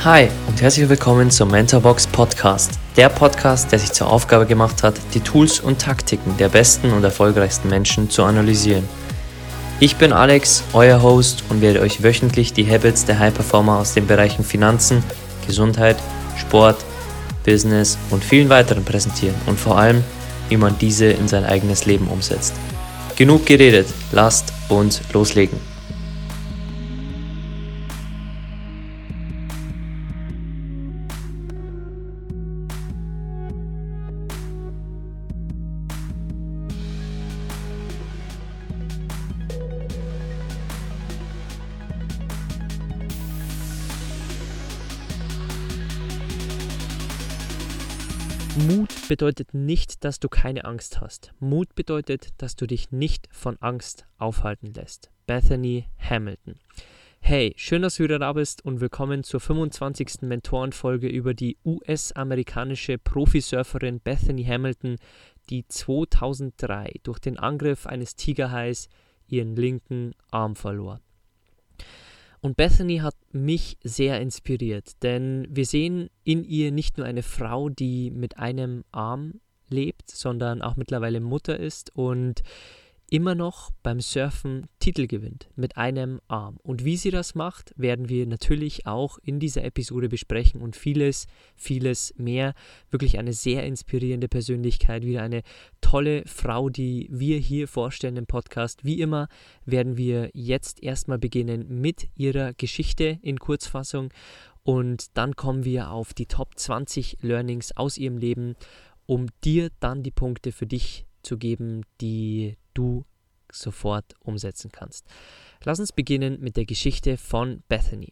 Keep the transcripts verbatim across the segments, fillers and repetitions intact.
Hi und herzlich willkommen zum Mentorbox Podcast, der Podcast, der sich zur Aufgabe gemacht hat, die Tools und Taktiken der besten und erfolgreichsten Menschen zu analysieren. Ich bin Alex, euer Host und werde euch wöchentlich die Habits der High-Performer aus den Bereichen Finanzen, Gesundheit, Sport, Business und vielen weiteren präsentieren und vor allem, wie man diese in sein eigenes Leben umsetzt. Genug geredet, lasst uns loslegen. Mut bedeutet nicht, dass du keine Angst hast. Mut bedeutet, dass du dich nicht von Angst aufhalten lässt. Bethany Hamilton. Hey, schön, dass du wieder da bist und willkommen zur fünfundzwanzigsten Mentorenfolge über die U S-amerikanische Profisurferin Bethany Hamilton, die zweitausenddrei durch den Angriff eines Tigerhais ihren linken Arm verlor. Und Bethany hat mich sehr inspiriert, denn wir sehen in ihr nicht nur eine Frau, die mit einem Arm lebt, sondern auch mittlerweile Mutter ist und immer noch beim Surfen Titel gewinnt mit einem Arm. Und wie sie das macht, werden wir natürlich auch in dieser Episode besprechen und vieles, vieles mehr. Wirklich eine sehr inspirierende Persönlichkeit, wieder eine tolle Frau, die wir hier vorstellen im Podcast. Wie immer werden wir jetzt erstmal beginnen mit ihrer Geschichte in Kurzfassung und dann kommen wir auf die Top zwanzig Learnings aus ihrem Leben, um dir dann die Punkte für dich zu geben, die du sofort umsetzen kannst. Lass uns beginnen mit der Geschichte von Bethany.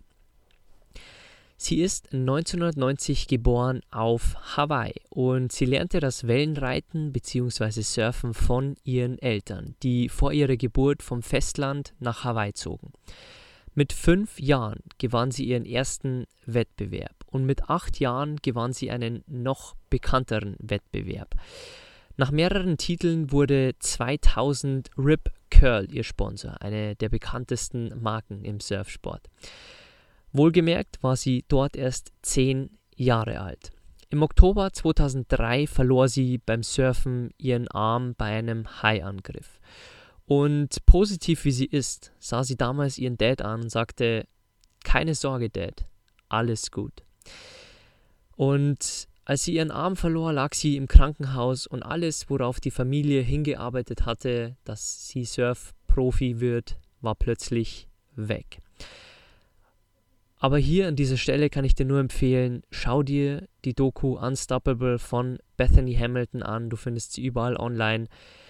Sie ist neunzehnhundertneunzig geboren auf Hawaii und sie lernte das Wellenreiten bzw. Surfen von ihren Eltern, die vor ihrer Geburt vom Festland nach Hawaii zogen. Mit fünf Jahren gewann sie ihren ersten Wettbewerb und mit acht Jahren gewann sie einen noch bekannteren Wettbewerb. Nach mehreren Titeln wurde zweitausend Rip Curl ihr Sponsor, eine der bekanntesten Marken im Surfsport. Wohlgemerkt war sie dort erst zehn Jahre alt. Im Oktober zweitausenddrei verlor sie beim Surfen ihren Arm bei einem Haiangriff. Und positiv wie sie ist, sah sie damals ihren Dad an und sagte: „Keine Sorge, Dad, alles gut." Und als sie ihren Arm verlor, lag sie im Krankenhaus und alles, worauf die Familie hingearbeitet hatte, dass sie Surf-Profi wird, war plötzlich weg. Aber hier an dieser Stelle kann ich dir nur empfehlen, schau dir die Doku Unstoppable von Bethany Hamilton an, du findest sie überall online.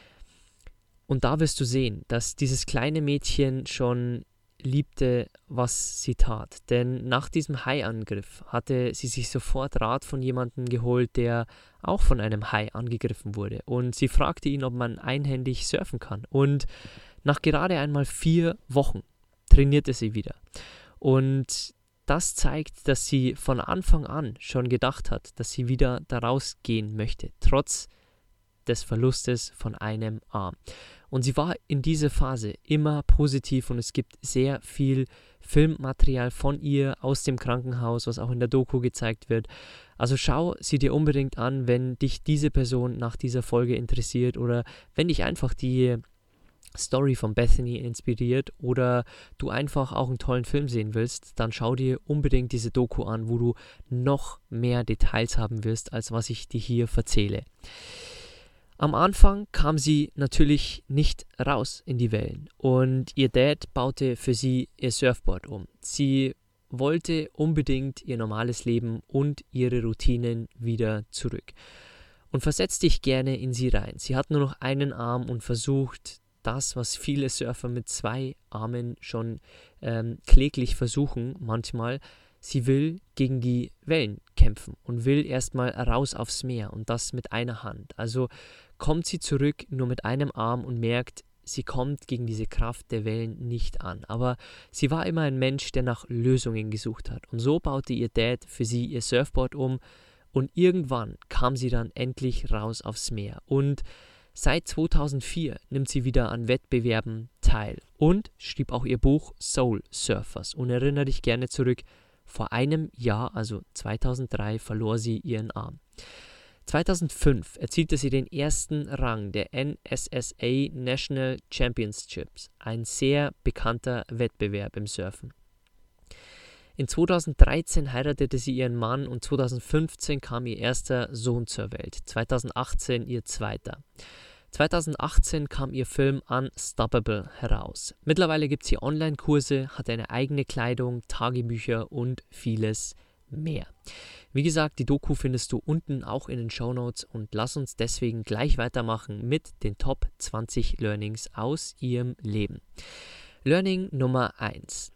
Und da wirst du sehen, dass dieses kleine Mädchen schon liebte, was sie tat. Denn nach diesem Haiangriff hatte sie sich sofort Rat von jemandem geholt, der auch von einem Hai angegriffen wurde. Und sie fragte ihn, ob man einhändig surfen kann. Und nach gerade einmal vier Wochen trainierte sie wieder. Und das zeigt, dass sie von Anfang an schon gedacht hat, dass sie wieder daraus gehen möchte, trotz des Verlustes von einem Arm. Und sie war in dieser Phase immer positiv und es gibt sehr viel Filmmaterial von ihr aus dem Krankenhaus, was auch in der Doku gezeigt wird. Also schau sie dir unbedingt an, wenn dich diese Person nach dieser Folge interessiert oder wenn dich einfach die Story von Bethany inspiriert oder du einfach auch einen tollen Film sehen willst, dann schau dir unbedingt diese Doku an, wo du noch mehr Details haben wirst, als was ich dir hier erzähle. Am Anfang kam sie natürlich nicht raus in die Wellen und ihr Dad baute für sie ihr Surfboard um. Sie wollte unbedingt ihr normales Leben und ihre Routinen wieder zurück. Und versetz dich gerne in sie rein. Sie hat nur noch einen Arm und versucht das, was viele Surfer mit zwei Armen schon ähm, kläglich versuchen manchmal. Sie will gegen die Wellen kämpfen und will erstmal raus aufs Meer und das mit einer Hand. Also kommt sie zurück nur mit einem Arm und merkt, sie kommt gegen diese Kraft der Wellen nicht an. Aber sie war immer ein Mensch, der nach Lösungen gesucht hat. Und so baute ihr Dad für sie ihr Surfboard um und irgendwann kam sie dann endlich raus aufs Meer. Und seit zweitausendvier nimmt sie wieder an Wettbewerben teil und schrieb auch ihr Buch Soul Surfers. Und erinnere dich gerne zurück, Vor einem Jahr, also zweitausenddrei, verlor sie ihren Arm. zweitausendfünf erzielte sie den ersten Rang der N S S A National Championships, ein sehr bekannter Wettbewerb im Surfen. In zweitausenddreizehn heiratete sie ihren Mann und zweitausendfünfzehn kam ihr erster Sohn zur Welt, zweitausendachtzehn ihr zweiter. zweitausendachtzehn kam ihr Film Unstoppable heraus. Mittlerweile gibt sie Online-Kurse, hat eine eigene Kleidung, Tagebücher und vieles mehr. Wie gesagt, die Doku findest du unten auch in den Shownotes und lass uns deswegen gleich weitermachen mit den Top zwanzig Learnings aus ihrem Leben. Learning Nummer eins.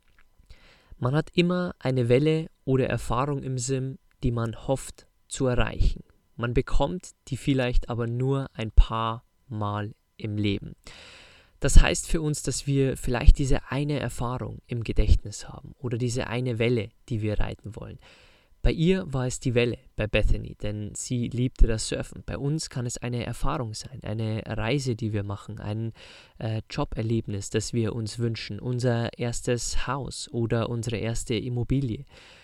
Man hat immer eine Welle oder Erfahrung im Sinn, die man hofft zu erreichen. Man bekommt die vielleicht aber nur ein paar Mal im Leben. Das heißt für uns, dass wir vielleicht diese eine Erfahrung im Gedächtnis haben oder diese eine Welle, die wir reiten wollen. Bei ihr war es die Welle, bei Bethany, denn sie liebte das Surfen. Bei uns kann es eine Erfahrung sein, eine Reise, die wir machen, ein äh, Joberlebnis, das wir uns wünschen, unser erstes Haus oder unsere erste Immobilie.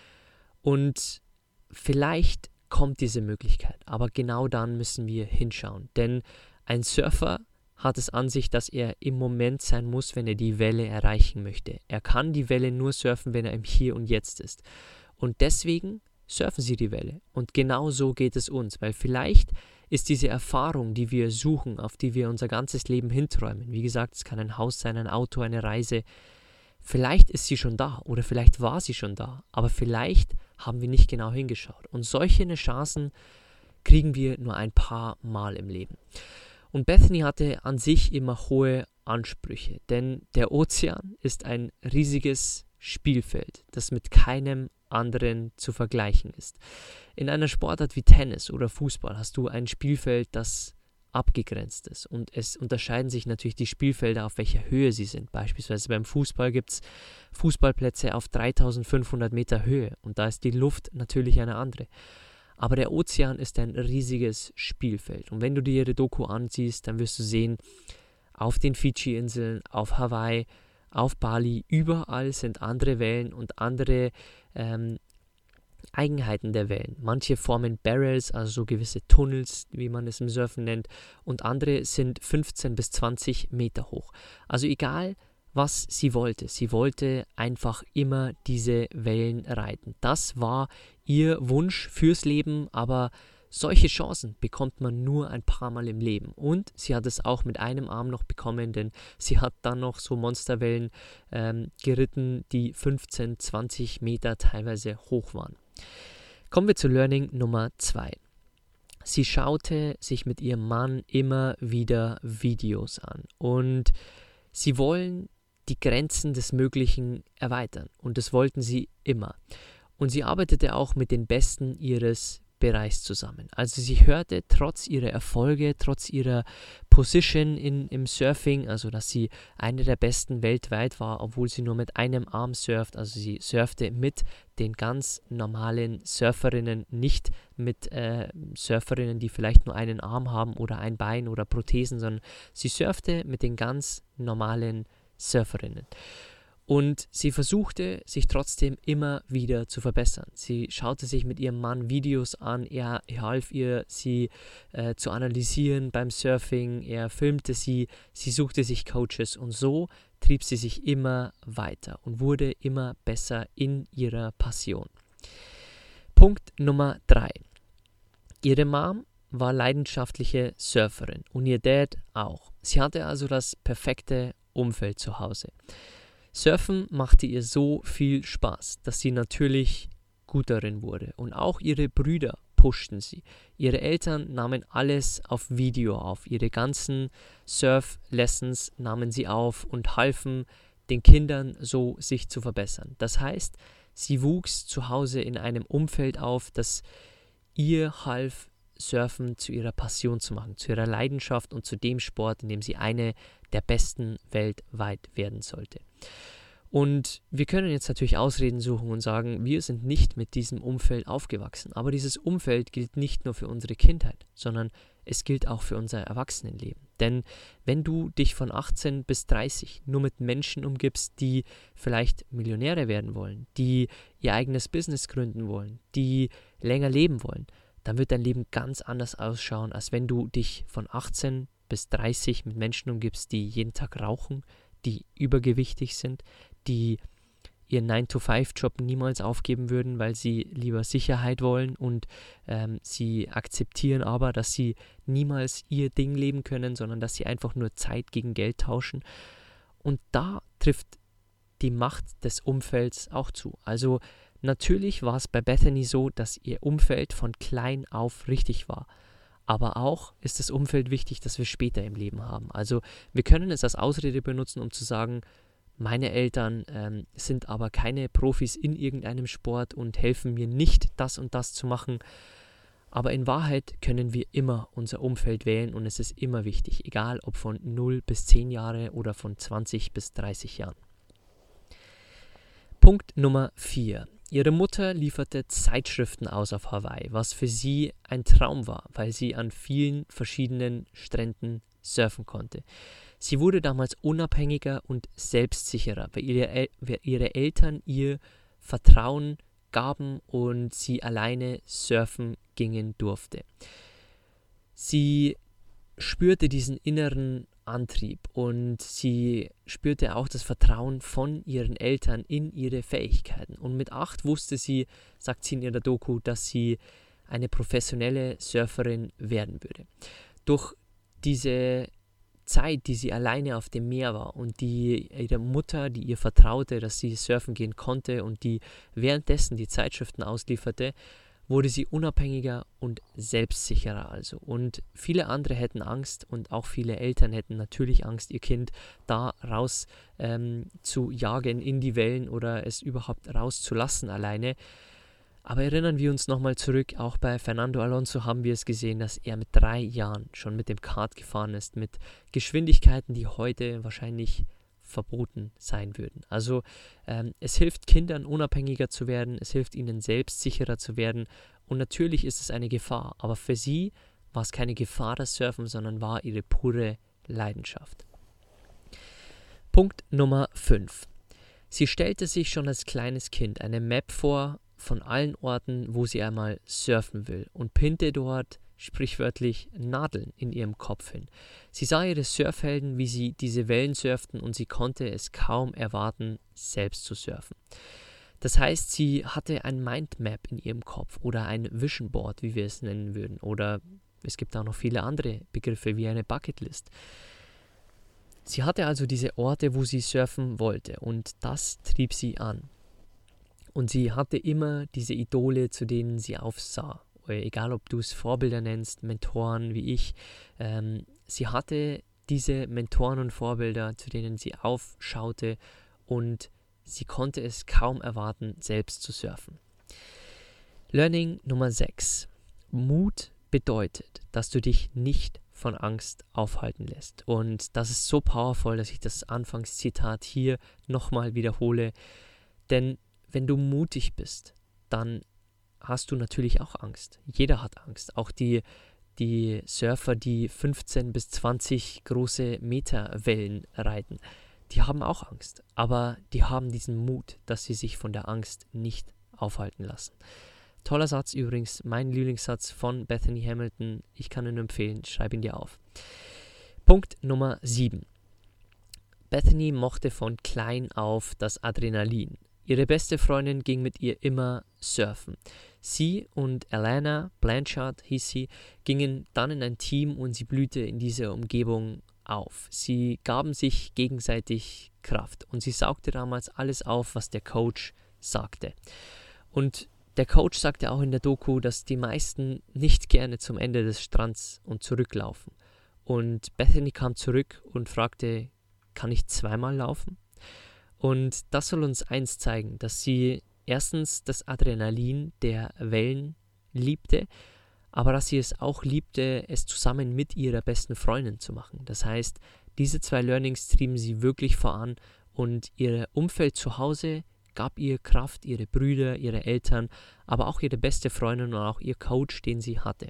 Und vielleicht kommt diese Möglichkeit, aber genau dann müssen wir hinschauen, denn ein Surfer hat es an sich, dass er im Moment sein muss, wenn er die Welle erreichen möchte. Er kann die Welle nur surfen, wenn er im Hier und Jetzt ist. Und deswegen surfen sie die Welle. Und genau so geht es uns, weil vielleicht ist diese Erfahrung, die wir suchen, auf die wir unser ganzes Leben hinträumen, wie gesagt, es kann ein Haus sein, ein Auto, eine Reise, vielleicht ist sie schon da oder vielleicht war sie schon da, aber vielleicht haben wir nicht genau hingeschaut. Und solche Chancen kriegen wir nur ein paar Mal im Leben. Und Bethany hatte an sich immer hohe Ansprüche, denn der Ozean ist ein riesiges Spielfeld, das mit keinem anderen zu vergleichen ist. In einer Sportart wie Tennis oder Fußball hast du ein Spielfeld, das abgegrenzt ist und es unterscheiden sich natürlich die Spielfelder, auf welcher Höhe sie sind. Beispielsweise beim Fußball gibt es Fußballplätze auf dreitausendfünfhundert Meter Höhe und da ist die Luft natürlich eine andere. Aber der Ozean ist ein riesiges Spielfeld und wenn du dir die Doku ansiehst, dann wirst du sehen, auf den Fidschi-Inseln, auf Hawaii, auf Bali, überall sind andere Wellen und andere ähm, Eigenheiten der Wellen. Manche formen Barrels, also so gewisse Tunnels, wie man es im Surfen nennt, und andere sind fünfzehn bis zwanzig Meter hoch. Also egal, was sie wollte, sie wollte einfach immer diese Wellen reiten. Das war ihr Wunsch fürs Leben, aber solche Chancen bekommt man nur ein paar Mal im Leben. Und sie hat es auch mit einem Arm noch bekommen, denn sie hat dann noch so Monsterwellen ähm, geritten, die fünfzehn, zwanzig Meter teilweise hoch waren. Kommen wir zu Learning Nummer zwei. Sie schaute sich mit ihrem Mann immer wieder Videos an und sie wollen die Grenzen des Möglichen erweitern und das wollten sie immer. Und sie arbeitete auch mit den Besten ihres Bereichs zusammen. Also sie hörte trotz ihrer Erfolge, trotz ihrer Position in, im Surfing, also dass sie eine der Besten weltweit war, obwohl sie nur mit einem Arm surft, also sie surfte mit den ganz normalen Surferinnen, nicht mit äh, Surferinnen, die vielleicht nur einen Arm haben oder ein Bein oder Prothesen, sondern sie surfte mit den ganz normalen Surferinnen. Und sie versuchte, sich trotzdem immer wieder zu verbessern. Sie schaute sich mit ihrem Mann Videos an, er half ihr, sie äh, zu analysieren beim Surfing, er filmte sie, sie suchte sich Coaches und so trieb sie sich immer weiter und wurde immer besser in ihrer Passion. Punkt Nummer drei. Ihre Mom war leidenschaftliche Surferin und ihr Dad auch. Sie hatte also das perfekte Umfeld zu Hause. Surfen machte ihr so viel Spaß, dass sie natürlich gut darin wurde. Und auch ihre Brüder pushten sie. Ihre Eltern nahmen alles auf Video auf. Ihre ganzen Surf-Lessons nahmen sie auf und halfen den Kindern so, sich zu verbessern. Das heißt, sie wuchs zu Hause in einem Umfeld auf, das ihr half, Surfen zu ihrer Passion zu machen, zu ihrer Leidenschaft und zu dem Sport, in dem sie eine der besten weltweit werden sollte. Und wir können jetzt natürlich Ausreden suchen und sagen, wir sind nicht mit diesem Umfeld aufgewachsen. Aber dieses Umfeld gilt nicht nur für unsere Kindheit, sondern es gilt auch für unser Erwachsenenleben. Denn wenn du dich von achtzehn bis dreißig nur mit Menschen umgibst, die vielleicht Millionäre werden wollen, die ihr eigenes Business gründen wollen, die länger leben wollen, dann wird dein Leben ganz anders ausschauen, als wenn du dich von achtzehn bis dreißig mit Menschen umgibst, die jeden Tag rauchen, die übergewichtig sind, die ihren nine to five Job niemals aufgeben würden, weil sie lieber Sicherheit wollen und ähm, sie akzeptieren aber, dass sie niemals ihr Ding leben können, sondern dass sie einfach nur Zeit gegen Geld tauschen. Und da trifft die Macht des Umfelds auch zu. Also natürlich war es bei Bethany so, dass ihr Umfeld von klein auf richtig war. Aber auch ist das Umfeld wichtig, das wir später im Leben haben. Also wir können es als Ausrede benutzen, um zu sagen, meine Eltern ähm, sind aber keine Profis in irgendeinem Sport und helfen mir nicht, das und das zu machen. Aber in Wahrheit können wir immer unser Umfeld wählen und es ist immer wichtig, egal ob von null bis zehn Jahre oder von zwanzig bis dreißig Jahren. Punkt Nummer vier. Ihre Mutter lieferte Zeitschriften aus auf Hawaii, was für sie ein Traum war, weil sie an vielen verschiedenen Stränden surfen konnte. Sie wurde damals unabhängiger und selbstsicherer, weil ihre, El- weil ihre Eltern ihr Vertrauen gaben und sie alleine surfen gingen durfte. Sie spürte diesen inneren Antrieb und sie spürte auch das Vertrauen von ihren Eltern in ihre Fähigkeiten. Und mit acht wusste sie, sagt sie in ihrer Doku, dass sie eine professionelle Surferin werden würde. Durch diese Zeit, die sie alleine auf dem Meer war und die ihre Mutter, die ihr vertraute, dass sie surfen gehen konnte und die währenddessen die Zeitschriften auslieferte, wurde sie unabhängiger und selbstsicherer also. Und viele andere hätten Angst und auch viele Eltern hätten natürlich Angst, ihr Kind da raus ähm, zu jagen in die Wellen oder es überhaupt rauszulassen alleine. Aber erinnern wir uns nochmal zurück, auch bei Fernando Alonso haben wir es gesehen, dass er mit drei Jahren schon mit dem Kart gefahren ist, mit Geschwindigkeiten, die heute wahrscheinlich verboten sein würden. Also ähm, es hilft Kindern unabhängiger zu werden, es hilft ihnen selbstsicherer zu werden und natürlich ist es eine Gefahr, aber für sie war es keine Gefahr, das Surfen, sondern war ihre pure Leidenschaft. Punkt Nummer fünf. Sie stellte sich schon als kleines Kind eine Map vor von allen Orten, wo sie einmal surfen will und pinte dort sprichwörtlich Nadeln in ihrem Kopf hin. Sie sah ihre Surfhelden, wie sie diese Wellen surften und sie konnte es kaum erwarten, selbst zu surfen. Das heißt, sie hatte ein Mindmap in ihrem Kopf oder ein Vision Board, wie wir es nennen würden. Oder es gibt auch noch viele andere Begriffe wie eine Bucketlist. Sie hatte also diese Orte, wo sie surfen wollte und das trieb sie an. Und sie hatte immer diese Idole, zu denen sie aufsah. Egal, ob du es Vorbilder nennst, Mentoren wie ich. Ähm, sie hatte diese Mentoren und Vorbilder, zu denen sie aufschaute und sie konnte es kaum erwarten, selbst zu surfen. Learning Nummer sechs. Mut bedeutet, dass du dich nicht von Angst aufhalten lässt. Und das ist so powerful, dass ich das Anfangszitat hier nochmal wiederhole. Denn wenn du mutig bist, dann hast du natürlich auch Angst. Jeder hat Angst. Auch die, die Surfer, die fünfzehn bis zwanzig große Meterwellen reiten, die haben auch Angst. Aber die haben diesen Mut, dass sie sich von der Angst nicht aufhalten lassen. Toller Satz übrigens, mein Lieblingssatz von Bethany Hamilton. Ich kann ihn empfehlen, schreib ihn dir auf. Punkt Nummer sieben. Bethany mochte von klein auf das Adrenalin. Ihre beste Freundin ging mit ihr immer surfen. Sie und Alana Blanchard, hieß sie, gingen dann in ein Team und sie blühte in dieser Umgebung auf. Sie gaben sich gegenseitig Kraft und sie saugte damals alles auf, was der Coach sagte. Und der Coach sagte auch in der Doku, dass die meisten nicht gerne zum Ende des Strands und zurücklaufen. Und Bethany kam zurück und fragte, kann ich zweimal laufen? Und das soll uns eins zeigen, dass sie erstens das Adrenalin der Wellen liebte, aber dass sie es auch liebte, es zusammen mit ihrer besten Freundin zu machen. Das heißt, diese zwei Learnings trieben sie wirklich voran Und ihr Umfeld zu Hause gab ihr Kraft, ihre Brüder, ihre Eltern, aber auch ihre beste Freundin und auch ihr Coach, den sie hatte.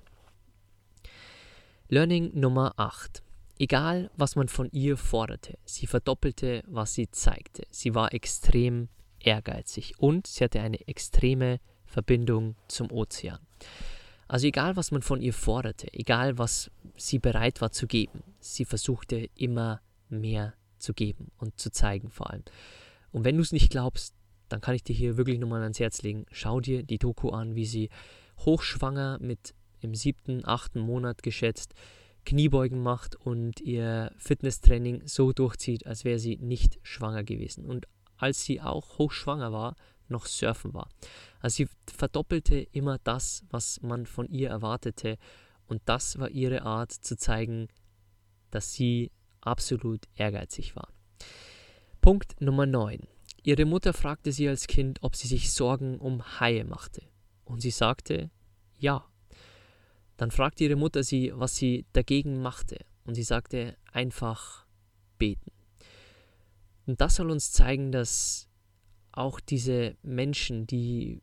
Learning Nummer acht. Egal, was man von ihr forderte, sie verdoppelte, was sie zeigte. Sie war extrem ehrgeizig und sie hatte eine extreme Verbindung zum Ozean. Also egal, was man von ihr forderte, egal, was sie bereit war zu geben, sie versuchte immer mehr zu geben und zu zeigen vor allem. Und wenn du es nicht glaubst, dann kann ich dir hier wirklich nochmal ans Herz legen. Schau dir die Doku an, wie sie hochschwanger mit im siebten, achten Monat geschätzt Kniebeugen macht und ihr Fitnesstraining so durchzieht, als wäre sie nicht schwanger gewesen. Und als sie auch hochschwanger war, noch surfen war. Also sie verdoppelte immer das, was man von ihr erwartete. Und das war ihre Art zu zeigen, dass sie absolut ehrgeizig war. Punkt Nummer neun. Ihre Mutter fragte sie als Kind, ob sie sich Sorgen um Haie machte. Und sie sagte, ja. Dann fragte ihre Mutter sie, was sie dagegen machte. Und sie sagte, einfach beten. Und das soll uns zeigen, dass auch diese Menschen, die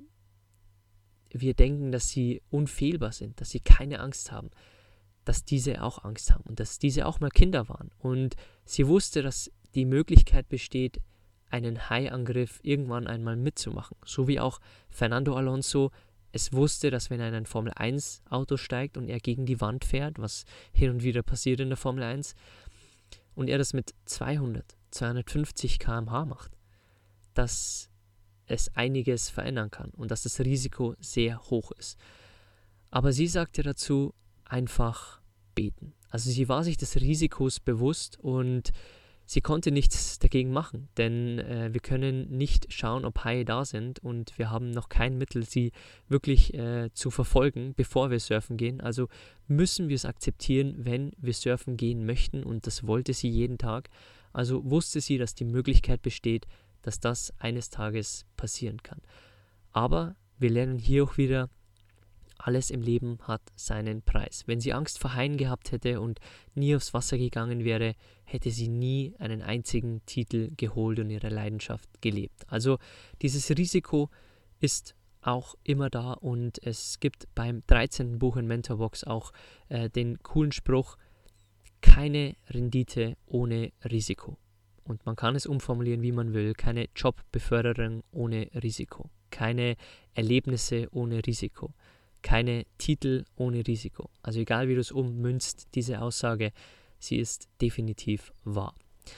wir denken, dass sie unfehlbar sind, dass sie keine Angst haben, dass diese auch Angst haben und dass diese auch mal Kinder waren. Und sie wusste, dass die Möglichkeit besteht, einen Haiangriff irgendwann einmal mitzumachen. So wie auch Fernando Alonso es wusste, dass wenn er in ein Formel eins Auto steigt und er gegen die Wand fährt, was hin und wieder passiert in der Formel eins, und er das mit zweihundert, zweihundertfünfzig Kilometer pro Stunde macht, dass es einiges verändern kann und dass das Risiko sehr hoch ist. Aber sie sagte dazu, einfach beten. Also sie war sich des Risikos bewusst und sie konnte nichts dagegen machen, denn äh, wir können nicht schauen, ob Haie da sind und wir haben noch kein Mittel, sie wirklich äh, zu verfolgen, bevor wir surfen gehen. Also müssen wir es akzeptieren, wenn wir surfen gehen möchten, und das wollte sie jeden Tag. Also wusste sie, dass die Möglichkeit besteht, dass das eines Tages passieren kann. Aber wir lernen hier auch wieder, alles im Leben hat seinen Preis. Wenn sie Angst vor Haien gehabt hätte und nie aufs Wasser gegangen wäre, hätte sie nie einen einzigen Titel geholt und ihre Leidenschaft gelebt. Also dieses Risiko ist auch immer da, und es gibt beim dreizehnten Buch in Mentorbox auch äh, den coolen Spruch, keine Rendite ohne Risiko. Und man kann es umformulieren, wie man will. Keine Jobbeförderung ohne Risiko. Keine Erlebnisse ohne Risiko. Keine Titel ohne Risiko. Also egal, wie du es ummünzt, diese Aussage, sie ist definitiv wahr.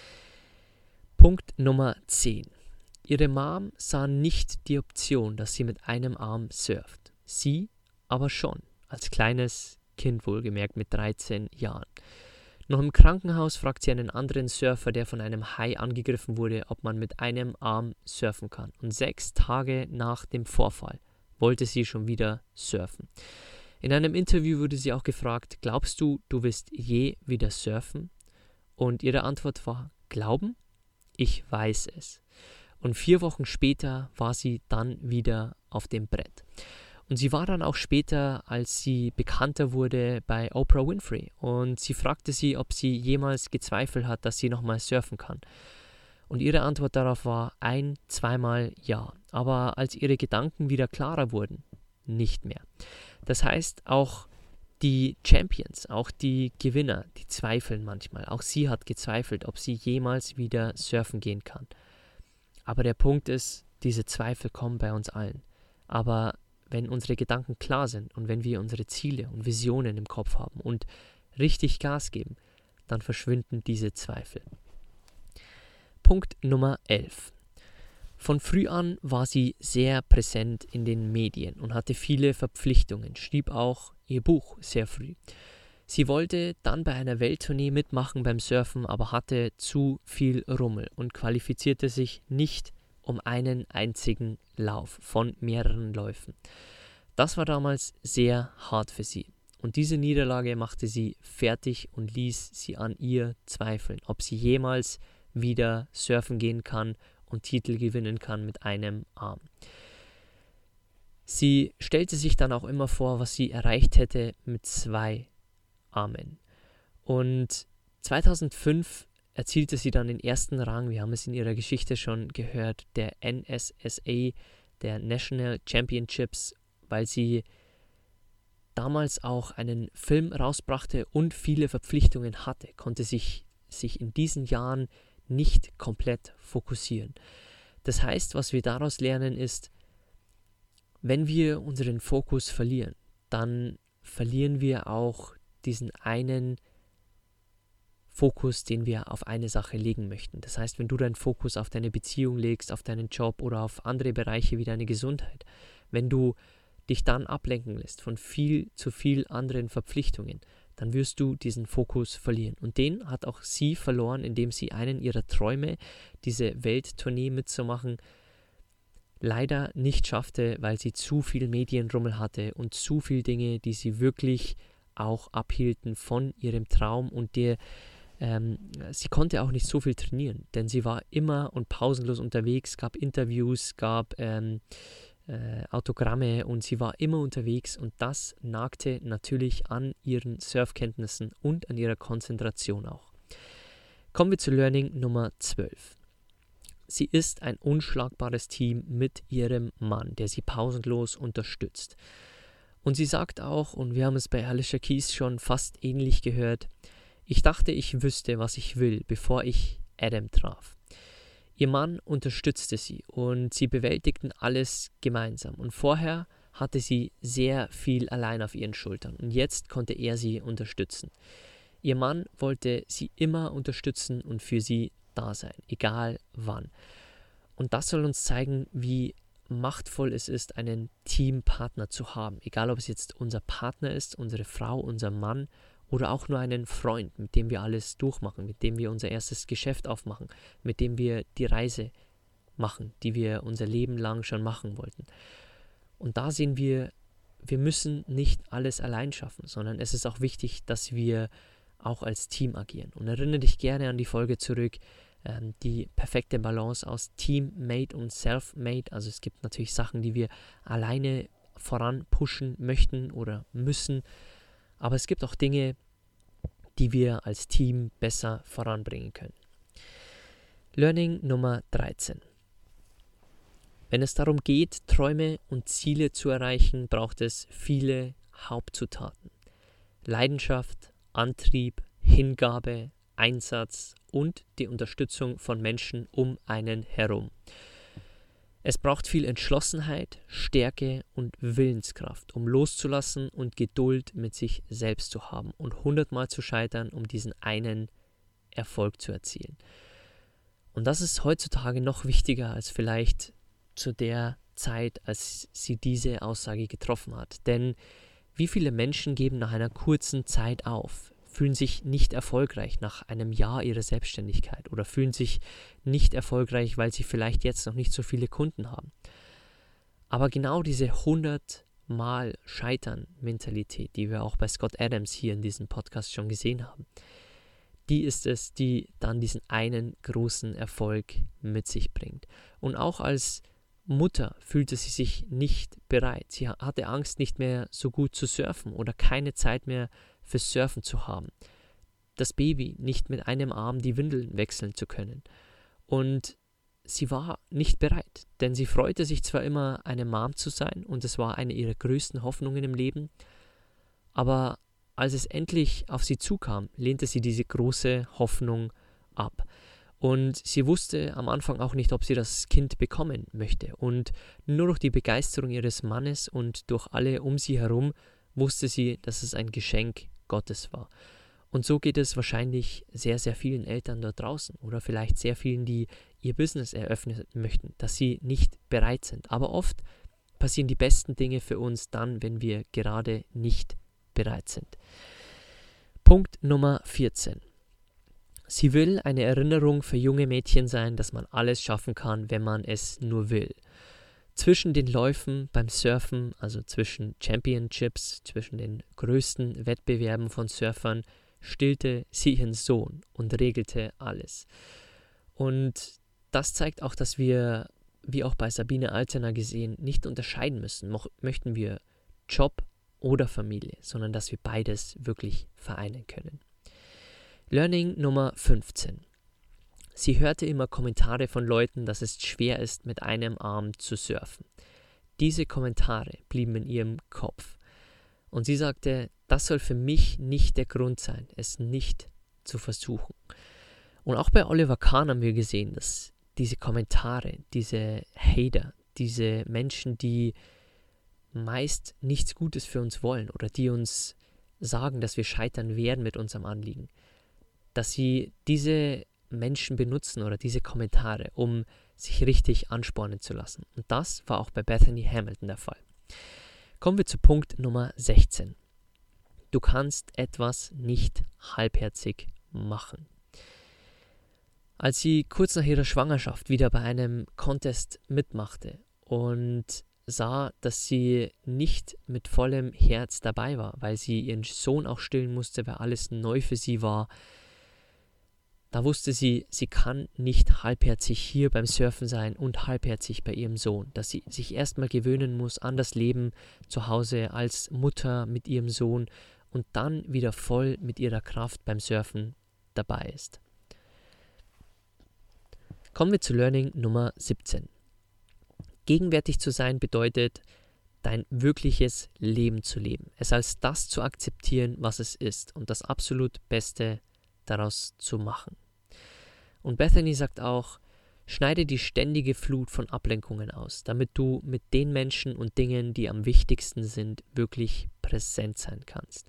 Punkt Nummer zehn. Ihre Mom sah nicht die Option, dass sie mit einem Arm surft. Sie aber schon, als kleines Kind wohlgemerkt mit dreizehn Jahren. Noch im Krankenhaus fragt sie einen anderen Surfer, der von einem Hai angegriffen wurde, ob man mit einem Arm surfen kann. Und sechs Tage nach dem Vorfall wollte sie schon wieder surfen. In einem Interview wurde sie auch gefragt, glaubst du, du wirst je wieder surfen? Und ihre Antwort war, glauben? Ich weiß es. Und vier Wochen später war sie dann wieder auf dem Brett. Und sie war dann auch später, als sie bekannter wurde, bei Oprah Winfrey. Und sie fragte sie, ob sie jemals gezweifelt hat, dass sie nochmal surfen kann. Und ihre Antwort darauf war ein-, zweimal ja. Aber als ihre Gedanken wieder klarer wurden, nicht mehr. Das heißt, auch die Champions, auch die Gewinner, die zweifeln manchmal. Auch sie hat gezweifelt, ob sie jemals wieder surfen gehen kann. Aber der Punkt ist, diese Zweifel kommen bei uns allen. Aber wenn unsere Gedanken klar sind und wenn wir unsere Ziele und Visionen im Kopf haben und richtig Gas geben, dann verschwinden diese Zweifel. Punkt Nummer elf. Von früh an war sie sehr präsent in den Medien und hatte viele Verpflichtungen, schrieb auch ihr Buch sehr früh. Sie wollte dann bei einer Welttournee mitmachen beim Surfen, aber hatte zu viel Rummel und qualifizierte sich nicht um einen einzigen Lauf von mehreren Läufen. Das war damals sehr hart für sie. Und diese Niederlage machte sie fertig und ließ sie an ihr zweifeln, ob sie jemals wieder surfen gehen kann und Titel gewinnen kann mit einem Arm. Sie stellte sich dann auch immer vor, was sie erreicht hätte mit zwei Armen. Und zweitausendfünf erzielte sie dann den ersten Rang, wir haben es in ihrer Geschichte schon gehört, der N S S A, der National Championships, weil sie damals auch einen Film rausbrachte und viele Verpflichtungen hatte, konnte sich, sich in diesen Jahren nicht komplett fokussieren. Das heißt, was wir daraus lernen ist, wenn wir unseren Fokus verlieren, dann verlieren wir auch diesen einen Fokus, den wir auf eine Sache legen möchten. Das heißt, wenn du deinen Fokus auf deine Beziehung legst, auf deinen Job oder auf andere Bereiche wie deine Gesundheit, wenn du dich dann ablenken lässt von viel zu viel anderen Verpflichtungen, dann wirst du diesen Fokus verlieren. Und den hat auch sie verloren, indem sie einen ihrer Träume, diese Welttournee mitzumachen, leider nicht schaffte, weil sie zu viel Medienrummel hatte und zu viele Dinge, die sie wirklich auch abhielten von ihrem Traum und der Ähm, sie konnte auch nicht so viel trainieren, denn sie war immer und pausenlos unterwegs, gab Interviews, gab ähm, äh, Autogramme und sie war immer unterwegs und das nagte natürlich an ihren Surfkenntnissen und an ihrer Konzentration auch. Kommen wir zu Learning Nummer zwölf. Sie ist ein unschlagbares Team mit ihrem Mann, der sie pausenlos unterstützt. Und sie sagt auch, und wir haben es bei Alicia Keys schon fast ähnlich gehört, ich dachte, ich wüsste, was ich will, bevor ich Adam traf. Ihr Mann unterstützte sie und sie bewältigten alles gemeinsam. Und vorher hatte sie sehr viel allein auf ihren Schultern und jetzt konnte er sie unterstützen. Ihr Mann wollte sie immer unterstützen und für sie da sein, egal wann. Und das soll uns zeigen, wie machtvoll es ist, einen Teampartner zu haben. Egal, ob es jetzt unser Partner ist, unsere Frau, unser Mann oder auch nur einen Freund, mit dem wir alles durchmachen, mit dem wir unser erstes Geschäft aufmachen, mit dem wir die Reise machen, die wir unser Leben lang schon machen wollten. Und da sehen wir, wir müssen nicht alles allein schaffen, sondern es ist auch wichtig, dass wir auch als Team agieren. Und erinnere dich gerne an die Folge zurück, ähm, die perfekte Balance aus Teammate und Self-Made. Also es gibt natürlich Sachen, die wir alleine voran pushen möchten oder müssen, aber es gibt auch Dinge, die wir als Team besser voranbringen können. Learning Nummer dreizehn. Wenn es darum geht, Träume und Ziele zu erreichen, braucht es viele Hauptzutaten. Leidenschaft, Antrieb, Hingabe, Einsatz und die Unterstützung von Menschen um einen herum. Es braucht viel Entschlossenheit, Stärke und Willenskraft, um loszulassen und Geduld mit sich selbst zu haben und hundertmal zu scheitern, um diesen einen Erfolg zu erzielen. Und das ist heutzutage noch wichtiger als vielleicht zu der Zeit, als sie diese Aussage getroffen hat. Denn wie viele Menschen geben nach einer kurzen Zeit auf, fühlen sich nicht erfolgreich nach einem Jahr ihrer Selbstständigkeit oder fühlen sich nicht erfolgreich, weil sie vielleicht jetzt noch nicht so viele Kunden haben. Aber genau diese hundert-mal Scheitern-Mentalität, die wir auch bei Scott Adams hier in diesem Podcast schon gesehen haben, die ist es, die dann diesen einen großen Erfolg mit sich bringt. Und auch als Mutter fühlte sie sich nicht bereit. Sie hatte Angst, nicht mehr so gut zu surfen oder keine Zeit mehr fürs Surfen zu haben. Das Baby nicht mit einem Arm die Windeln wechseln zu können. Und sie war nicht bereit, denn sie freute sich zwar immer, eine Mom zu sein und es war eine ihrer größten Hoffnungen im Leben, aber als es endlich auf sie zukam, lehnte sie diese große Hoffnung ab. Und sie wusste am Anfang auch nicht, ob sie das Kind bekommen möchte. Und nur durch die Begeisterung ihres Mannes und durch alle um sie herum wusste sie, dass es ein Geschenk Gottes war. Und so geht es wahrscheinlich sehr, sehr vielen Eltern dort draußen oder vielleicht sehr vielen, die ihr Business eröffnen möchten, dass sie nicht bereit sind. Aber oft passieren die besten Dinge für uns dann, wenn wir gerade nicht bereit sind. Punkt Nummer vierzehn. Sie will eine Erinnerung für junge Mädchen sein, dass man alles schaffen kann, wenn man es nur will. Zwischen den Läufen beim Surfen, also zwischen Championships, zwischen den größten Wettbewerben von Surfern, stillte sie ihren Sohn und regelte alles. Und das zeigt auch, dass wir, wie auch bei Sabine Altena gesehen, nicht unterscheiden müssen, Mo- möchten wir Job oder Familie, sondern dass wir beides wirklich vereinen können. Learning Nummer fünfzehn. Sie hörte immer Kommentare von Leuten, dass es schwer ist, mit einem Arm zu surfen. Diese Kommentare blieben in ihrem Kopf. Und sie sagte, das soll für mich nicht der Grund sein, es nicht zu versuchen. Und auch bei Oliver Kahn haben wir gesehen, dass diese Kommentare, diese Hater, diese Menschen, die meist nichts Gutes für uns wollen oder die uns sagen, dass wir scheitern werden mit unserem Anliegen, dass sie diese Menschen benutzen oder diese Kommentare, um sich richtig anspornen zu lassen. Und das war auch bei Bethany Hamilton der Fall. Kommen wir zu Punkt Nummer sechzehn. Du kannst etwas nicht halbherzig machen. Als sie kurz nach ihrer Schwangerschaft wieder bei einem Contest mitmachte und sah, dass sie nicht mit vollem Herz dabei war, weil sie ihren Sohn auch stillen musste, weil alles neu für sie war, da wusste sie, sie kann nicht halbherzig hier beim Surfen sein und halbherzig bei ihrem Sohn, dass sie sich erstmal gewöhnen muss an das Leben zu Hause als Mutter mit ihrem Sohn und dann wieder voll mit ihrer Kraft beim Surfen dabei ist. Kommen wir zu Learning Nummer siebzehn. Gegenwärtig zu sein bedeutet, dein wirkliches Leben zu leben. Es als das zu akzeptieren, was es ist und das absolut Beste daraus zu machen. Und Bethany sagt auch, schneide die ständige Flut von Ablenkungen aus, damit du mit den Menschen und Dingen, die am wichtigsten sind, wirklich präsent sein kannst.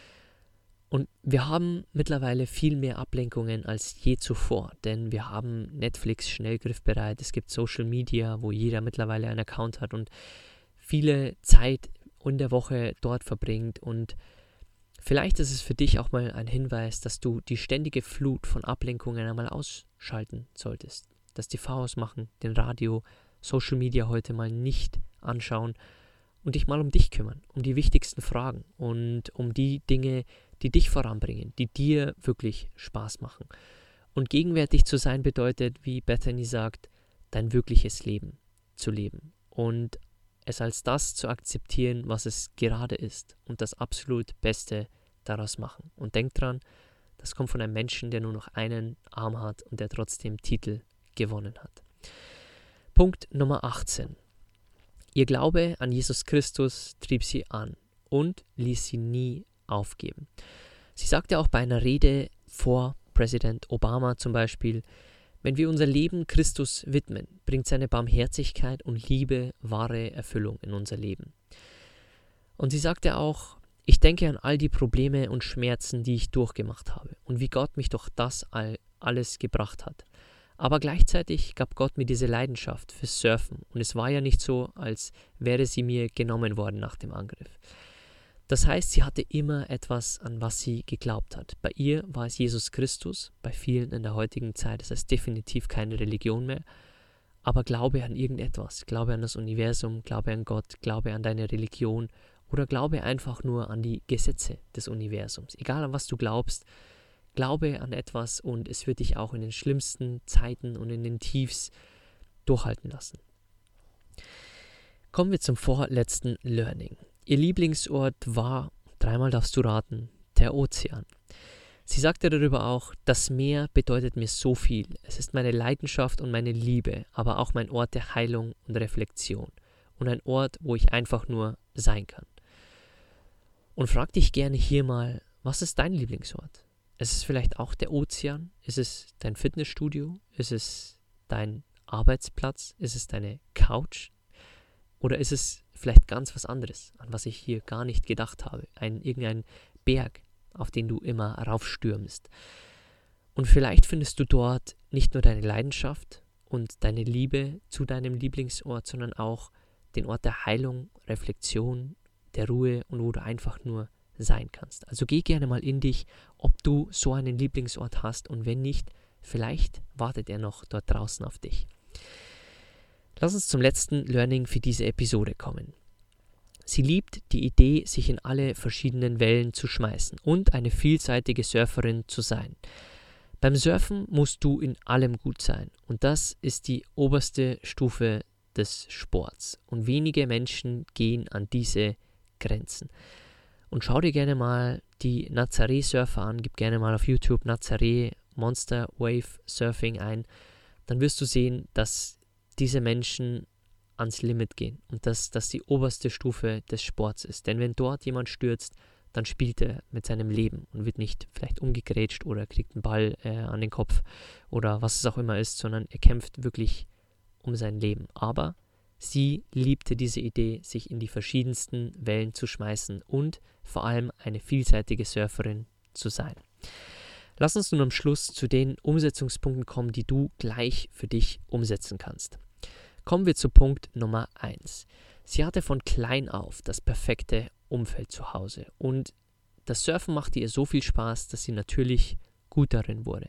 Und wir haben mittlerweile viel mehr Ablenkungen als je zuvor, denn wir haben Netflix schnell griffbereit, es gibt Social Media, wo jeder mittlerweile einen Account hat und viele Zeit in der Woche dort verbringt. Und vielleicht ist es für dich auch mal ein Hinweis, dass du die ständige Flut von Ablenkungen einmal ausschalten solltest. Das T V ausmachen, den Radio, Social Media heute mal nicht anschauen und dich mal um dich kümmern, um die wichtigsten Fragen und um die Dinge, die dich voranbringen, die dir wirklich Spaß machen. Und gegenwärtig zu sein bedeutet, wie Bethany sagt, dein wirkliches Leben zu leben und es als das zu akzeptieren, was es gerade ist und das absolut Beste daraus machen. Und denk dran, das kommt von einem Menschen, der nur noch einen Arm hat und der trotzdem Titel gewonnen hat. Punkt Nummer achtzehn. Ihr Glaube an Jesus Christus trieb sie an und ließ sie nie aufgeben. Sie sagte auch bei einer Rede vor Präsident Obama zum Beispiel, wenn wir unser Leben Christus widmen, bringt seine Barmherzigkeit und Liebe wahre Erfüllung in unser Leben. Und sie sagte auch, ich denke an all die Probleme und Schmerzen, die ich durchgemacht habe und wie Gott mich durch das all, alles gebracht hat. Aber gleichzeitig gab Gott mir diese Leidenschaft fürs Surfen und es war ja nicht so, als wäre sie mir genommen worden nach dem Angriff. Das heißt, sie hatte immer etwas, an was sie geglaubt hat. Bei ihr war es Jesus Christus, bei vielen in der heutigen Zeit ist es definitiv keine Religion mehr, aber Glaube an irgendetwas, Glaube an das Universum, Glaube an Gott, Glaube an deine Religion oder Glaube einfach nur an die Gesetze des Universums. Egal an was du glaubst, Glaube an etwas und es wird dich auch in den schlimmsten Zeiten und in den Tiefs durchhalten lassen. Kommen wir zum vorletzten Learning. Ihr Lieblingsort war, dreimal darfst du raten, der Ozean. Sie sagte darüber auch, das Meer bedeutet mir so viel. Es ist meine Leidenschaft und meine Liebe, aber auch mein Ort der Heilung und Reflexion und ein Ort, wo ich einfach nur sein kann. Und frag dich gerne hier mal, was ist dein Lieblingsort? Ist es vielleicht auch der Ozean? Ist es dein Fitnessstudio? Ist es dein Arbeitsplatz? Ist es deine Couch? Oder ist es vielleicht ganz was anderes, an was ich hier gar nicht gedacht habe? Ein, irgendein Berg, auf den du immer raufstürmst. Und vielleicht findest du dort nicht nur deine Leidenschaft und deine Liebe zu deinem Lieblingsort, sondern auch den Ort der Heilung, Reflexion, der Ruhe und wo du einfach nur sein kannst. Also geh gerne mal in dich, ob du so einen Lieblingsort hast und wenn nicht, vielleicht wartet er noch dort draußen auf dich. Lass uns zum letzten Learning für diese Episode kommen. Sie liebt die Idee, sich in alle verschiedenen Wellen zu schmeißen und eine vielseitige Surferin zu sein. Beim Surfen musst du in allem gut sein und das ist die oberste Stufe des Sports und wenige Menschen gehen an diese Grenzen. Und schau dir gerne mal die Nazaré-Surfer an, gib gerne mal auf YouTube Nazaré Monster Wave Surfing ein, dann wirst du sehen, dass diese Menschen ans Limit gehen und dass das die oberste Stufe des Sports ist. Denn wenn dort jemand stürzt, dann spielt er mit seinem Leben und wird nicht vielleicht umgegrätscht oder kriegt einen Ball äh, an den Kopf oder was es auch immer ist, sondern er kämpft wirklich um sein Leben. Aber sie liebte diese Idee, sich in die verschiedensten Wellen zu schmeißen und vor allem eine vielseitige Surferin zu sein. Lass uns nun am Schluss zu den Umsetzungspunkten kommen, die du gleich für dich umsetzen kannst. Kommen wir zu Punkt Nummer eins. Sie hatte von klein auf das perfekte Umfeld zu Hause und das Surfen machte ihr so viel Spaß, dass sie natürlich gut darin wurde.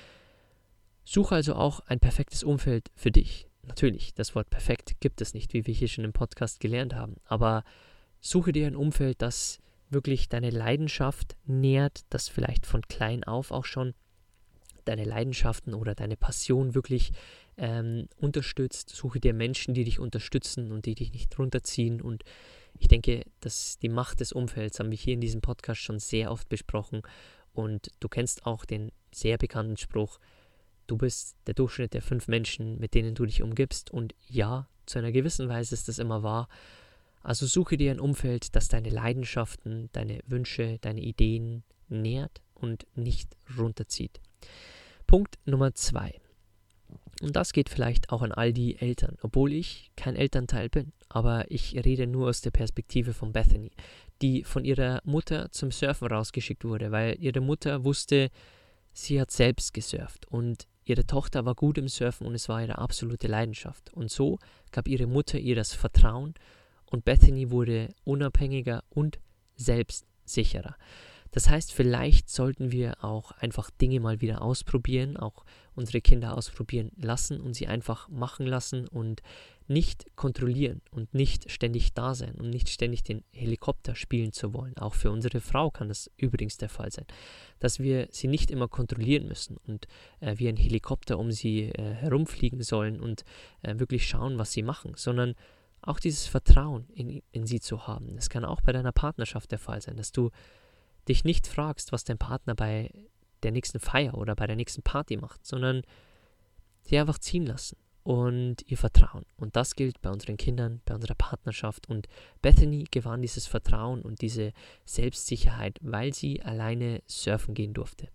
Suche also auch ein perfektes Umfeld für dich. Natürlich, das Wort perfekt gibt es nicht, wie wir hier schon im Podcast gelernt haben, aber suche dir ein Umfeld, das wirklich deine Leidenschaft nährt, das vielleicht von klein auf auch schon deine Leidenschaften oder deine Passion wirklich ähm, unterstützt. Suche dir Menschen, die dich unterstützen und die dich nicht runterziehen. Und ich denke, dass die Macht des Umfelds haben wir hier in diesem Podcast schon sehr oft besprochen. Und du kennst auch den sehr bekannten Spruch, du bist der Durchschnitt der fünf Menschen, mit denen du dich umgibst. Und ja, zu einer gewissen Weise ist das immer wahr. Also suche dir ein Umfeld, das deine Leidenschaften, deine Wünsche, deine Ideen nährt und nicht runterzieht. Punkt Nummer zwei. Und das geht vielleicht auch an all die Eltern, obwohl ich kein Elternteil bin, aber ich rede nur aus der Perspektive von Bethany, die von ihrer Mutter zum Surfen rausgeschickt wurde, weil ihre Mutter wusste, sie hat selbst gesurft und ihre Tochter war gut im Surfen und es war ihre absolute Leidenschaft. Und so gab ihre Mutter ihr das Vertrauen und Bethany wurde unabhängiger und selbstsicherer. Das heißt, vielleicht sollten wir auch einfach Dinge mal wieder ausprobieren, auch unsere Kinder ausprobieren lassen und sie einfach machen lassen und nicht kontrollieren und nicht ständig da sein und nicht ständig den Helikopter spielen zu wollen. Auch für unsere Frau kann das übrigens der Fall sein, dass wir sie nicht immer kontrollieren müssen und äh, wie ein Helikopter um sie äh, herumfliegen sollen und äh, wirklich schauen, was sie machen, sondern auch dieses Vertrauen in, in sie zu haben. Das kann auch bei deiner Partnerschaft der Fall sein, dass du dich nicht fragst, was dein Partner bei der nächsten Feier oder bei der nächsten Party macht, sondern sie einfach ziehen lassen und ihr Vertrauen. Und das gilt bei unseren Kindern, bei unserer Partnerschaft. Und Bethany gewann dieses Vertrauen und diese Selbstsicherheit, weil sie alleine surfen gehen durfte.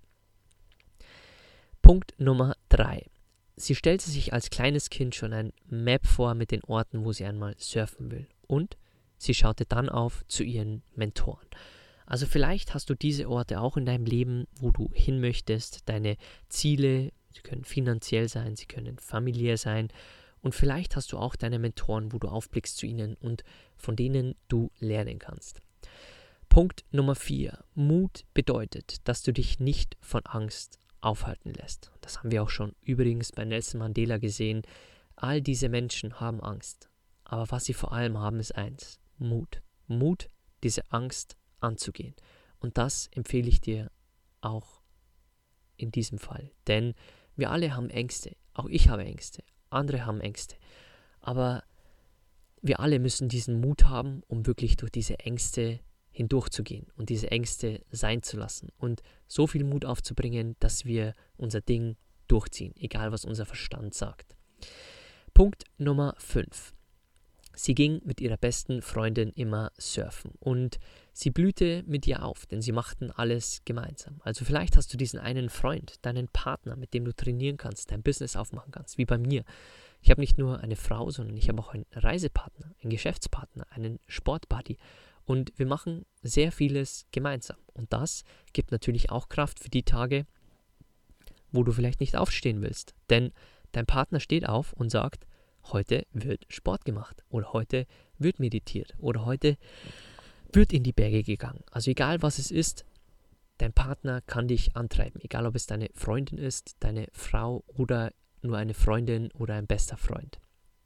Punkt Nummer drei. Sie stellte sich als kleines Kind schon ein Map vor mit den Orten, wo sie einmal surfen will. Und sie schaute dann auf zu ihren Mentoren. Also vielleicht hast du diese Orte auch in deinem Leben, wo du hin möchtest, deine Ziele, sie können finanziell sein, sie können familiär sein und vielleicht hast du auch deine Mentoren, wo du aufblickst zu ihnen und von denen du lernen kannst. Punkt Nummer vier. Mut bedeutet, dass du dich nicht von Angst aufhalten lässt. Das haben wir auch schon übrigens bei Nelson Mandela gesehen. All diese Menschen haben Angst, aber was sie vor allem haben, ist eins: Mut. Mut, diese Angst anzugehen. Und das empfehle ich dir auch in diesem Fall. Denn wir alle haben Ängste. Auch ich habe Ängste. Andere haben Ängste. Aber wir alle müssen diesen Mut haben, um wirklich durch diese Ängste hindurchzugehen und diese Ängste sein zu lassen. Und so viel Mut aufzubringen, dass wir unser Ding durchziehen, egal was unser Verstand sagt. Punkt Nummer fünf. Sie ging mit ihrer besten Freundin immer surfen und sie blühte mit ihr auf, denn sie machten alles gemeinsam. Also vielleicht hast du diesen einen Freund, deinen Partner, mit dem du trainieren kannst, dein Business aufmachen kannst, wie bei mir. Ich habe nicht nur eine Frau, sondern ich habe auch einen Reisepartner, einen Geschäftspartner, einen Sportbuddy und wir machen sehr vieles gemeinsam. Und das gibt natürlich auch Kraft für die Tage, wo du vielleicht nicht aufstehen willst, denn dein Partner steht auf und sagt, heute wird Sport gemacht oder heute wird meditiert oder heute wird in die Berge gegangen. Also egal was es ist, dein Partner kann dich antreiben. Egal ob es deine Freundin ist, deine Frau oder nur eine Freundin oder ein bester Freund.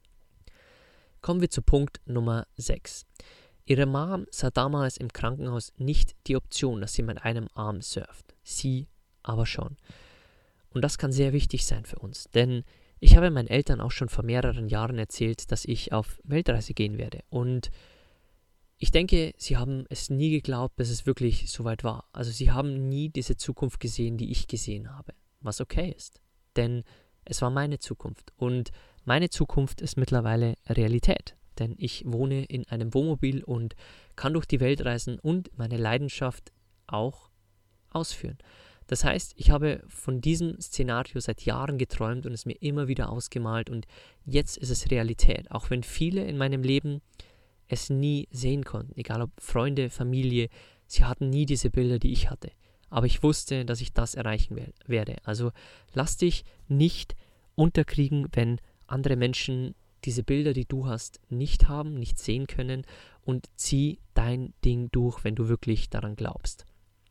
Kommen wir zu Punkt Nummer sechs. Ihre Mom sah damals im Krankenhaus nicht die Option, dass sie mit einem Arm surft. Sie aber schon. Und das kann sehr wichtig sein für uns, denn ich habe meinen Eltern auch schon vor mehreren Jahren erzählt, dass ich auf Weltreise gehen werde. Und ich denke, sie haben es nie geglaubt, bis es wirklich soweit war. Also sie haben nie diese Zukunft gesehen, die ich gesehen habe. was okay ist. Denn es war meine Zukunft und meine Zukunft ist mittlerweile Realität. Denn ich wohne in einem Wohnmobil und kann durch die Welt reisen und meine Leidenschaft auch ausführen. Das heißt, ich habe von diesem Szenario seit Jahren geträumt und es mir immer wieder ausgemalt und jetzt ist es Realität. Auch wenn viele in meinem Leben es nie sehen konnten, egal ob Freunde, Familie, sie hatten nie diese Bilder, die ich hatte. Aber ich wusste, dass ich das erreichen werde. Also lass dich nicht unterkriegen, wenn andere Menschen diese Bilder, die du hast, nicht haben, nicht sehen können und zieh dein Ding durch, wenn du wirklich daran glaubst.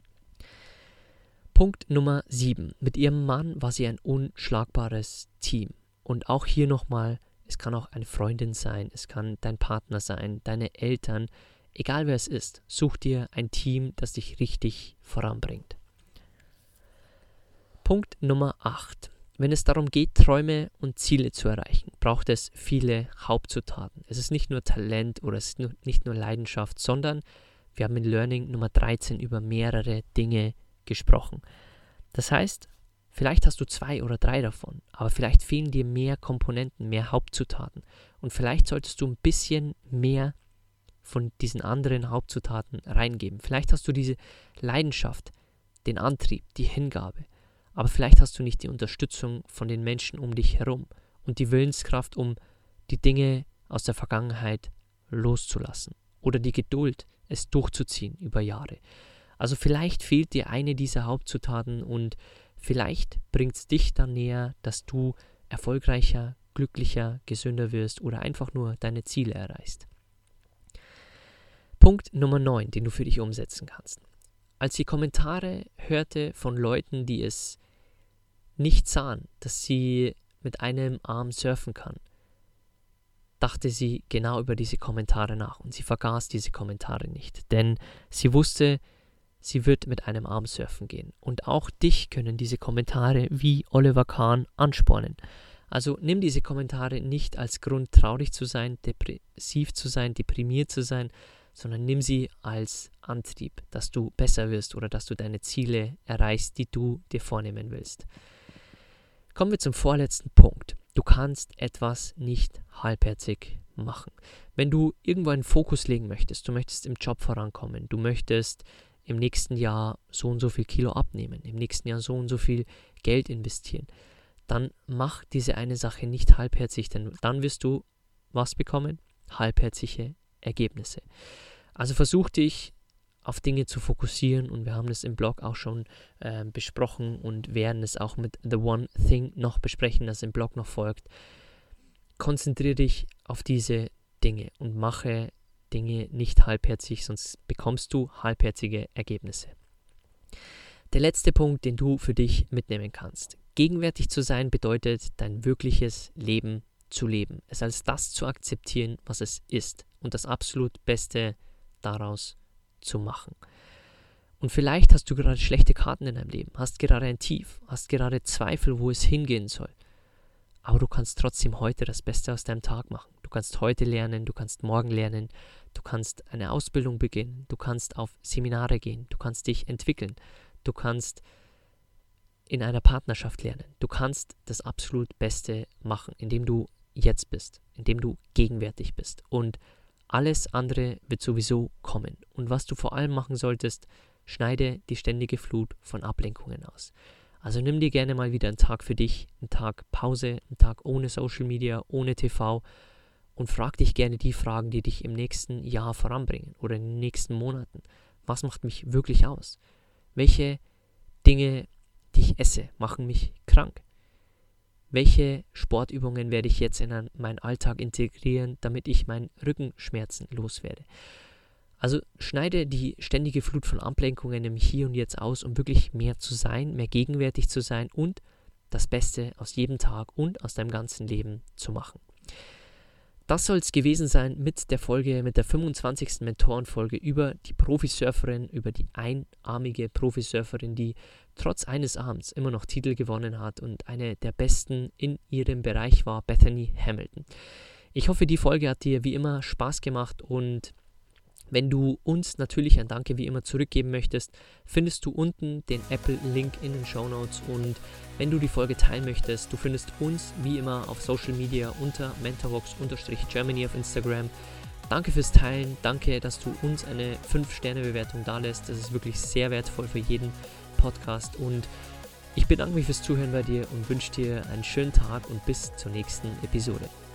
Punkt Nummer sieben. Mit ihrem Mann war sie ein unschlagbares Team. Und auch hier nochmal, es kann auch eine Freundin sein, es kann dein Partner sein, deine Eltern, egal wer es ist, such dir ein Team, das dich richtig voranbringt. Punkt Nummer acht. Wenn es darum geht, Träume und Ziele zu erreichen, braucht es viele Hauptzutaten. Es ist nicht nur Talent oder es ist nur, nicht nur Leidenschaft, sondern wir haben in Learning Nummer dreizehn über mehrere Dinge gesprochen. Das heißt, vielleicht hast du zwei oder drei davon, aber vielleicht fehlen dir mehr Komponenten, mehr Hauptzutaten und vielleicht solltest du ein bisschen mehr von diesen anderen Hauptzutaten reingeben. Vielleicht hast du diese Leidenschaft, den Antrieb, die Hingabe, aber vielleicht hast du nicht die Unterstützung von den Menschen um dich herum und die Willenskraft, um die Dinge aus der Vergangenheit loszulassen oder die Geduld, es durchzuziehen über Jahre. Also vielleicht fehlt dir eine dieser Hauptzutaten und vielleicht bringt es dich dann näher, dass du erfolgreicher, glücklicher, gesünder wirst oder einfach nur deine Ziele erreichst. Punkt Nummer neun, den du für dich umsetzen kannst. Als sie Kommentare hörte von Leuten, die es nicht sahen, dass sie mit einem Arm surfen kann, dachte sie genau über diese Kommentare nach und sie vergaß diese Kommentare nicht, denn sie wusste, sie wird mit einem Arm surfen gehen. Und auch dich können diese Kommentare wie Oliver Kahn anspornen. Also nimm diese Kommentare nicht als Grund, traurig zu sein, depressiv zu sein, deprimiert zu sein, sondern nimm sie als Antrieb, dass du besser wirst oder dass du deine Ziele erreichst, die du dir vornehmen willst. Kommen wir zum vorletzten Punkt. Du kannst etwas nicht halbherzig machen. Wenn du irgendwo einen Fokus legen möchtest, du möchtest im Job vorankommen, du möchtest im nächsten Jahr so und so viel Kilo abnehmen, im nächsten Jahr so und so viel Geld investieren, dann mach diese eine Sache nicht halbherzig, denn dann wirst du was bekommen? Halbherzige Ergebnisse. Also versuch dich auf Dinge zu fokussieren und wir haben das im Blog auch schon äh, besprochen und werden es auch mit The One Thing noch besprechen, das im Blog noch folgt. Konzentriere dich auf diese Dinge und mache Dinge nicht halbherzig, sonst bekommst du halbherzige Ergebnisse. Der letzte Punkt, den du für dich mitnehmen kannst. Gegenwärtig zu sein bedeutet, dein wirkliches Leben zu leben. Es als das zu akzeptieren, was es ist und das absolut Beste daraus zu machen. Und vielleicht hast du gerade schlechte Karten in deinem Leben, hast gerade ein Tief, hast gerade Zweifel, wo es hingehen soll. Aber du kannst trotzdem heute das Beste aus deinem Tag machen. Du kannst heute lernen, du kannst morgen lernen, du kannst eine Ausbildung beginnen, du kannst auf Seminare gehen, du kannst dich entwickeln, du kannst in einer Partnerschaft lernen. Du kannst das absolut Beste machen, indem du jetzt bist, indem du gegenwärtig bist. Und alles andere wird sowieso kommen. Und was du vor allem machen solltest, schneide die ständige Flut von Ablenkungen aus. Also nimm dir gerne mal wieder einen Tag für dich, einen Tag Pause, einen Tag ohne Social Media, ohne T V und frag dich gerne die Fragen, die dich im nächsten Jahr voranbringen oder in den nächsten Monaten. Was macht mich wirklich aus? Welche Dinge, die ich esse, machen mich krank? Welche Sportübungen werde ich jetzt in meinen Alltag integrieren, damit ich meinen Rückenschmerzen loswerde? Also schneide die ständige Flut von Ablenkungen im Hier und Jetzt aus, um wirklich mehr zu sein, mehr gegenwärtig zu sein und das Beste aus jedem Tag und aus deinem ganzen Leben zu machen. Das soll es gewesen sein mit der Folge, mit der fünfundzwanzigsten Mentorenfolge über die Profisurferin, über die einarmige Profisurferin, die trotz eines Arms immer noch Titel gewonnen hat und eine der besten in ihrem Bereich war, Bethany Hamilton. Ich hoffe, die Folge hat dir wie immer Spaß gemacht und Wenn du uns natürlich ein Danke wie immer zurückgeben möchtest, findest du unten den Apple-Link in den Shownotes, und wenn du die Folge teilen möchtest, du findest uns wie immer auf Social Media unter mentorbox-Germany auf Instagram. Danke fürs Teilen, danke, dass du uns eine fünf Sterne Bewertung dalässt, das ist wirklich sehr wertvoll für jeden Podcast, und ich bedanke mich fürs Zuhören bei dir und wünsche dir einen schönen Tag und bis zur nächsten Episode.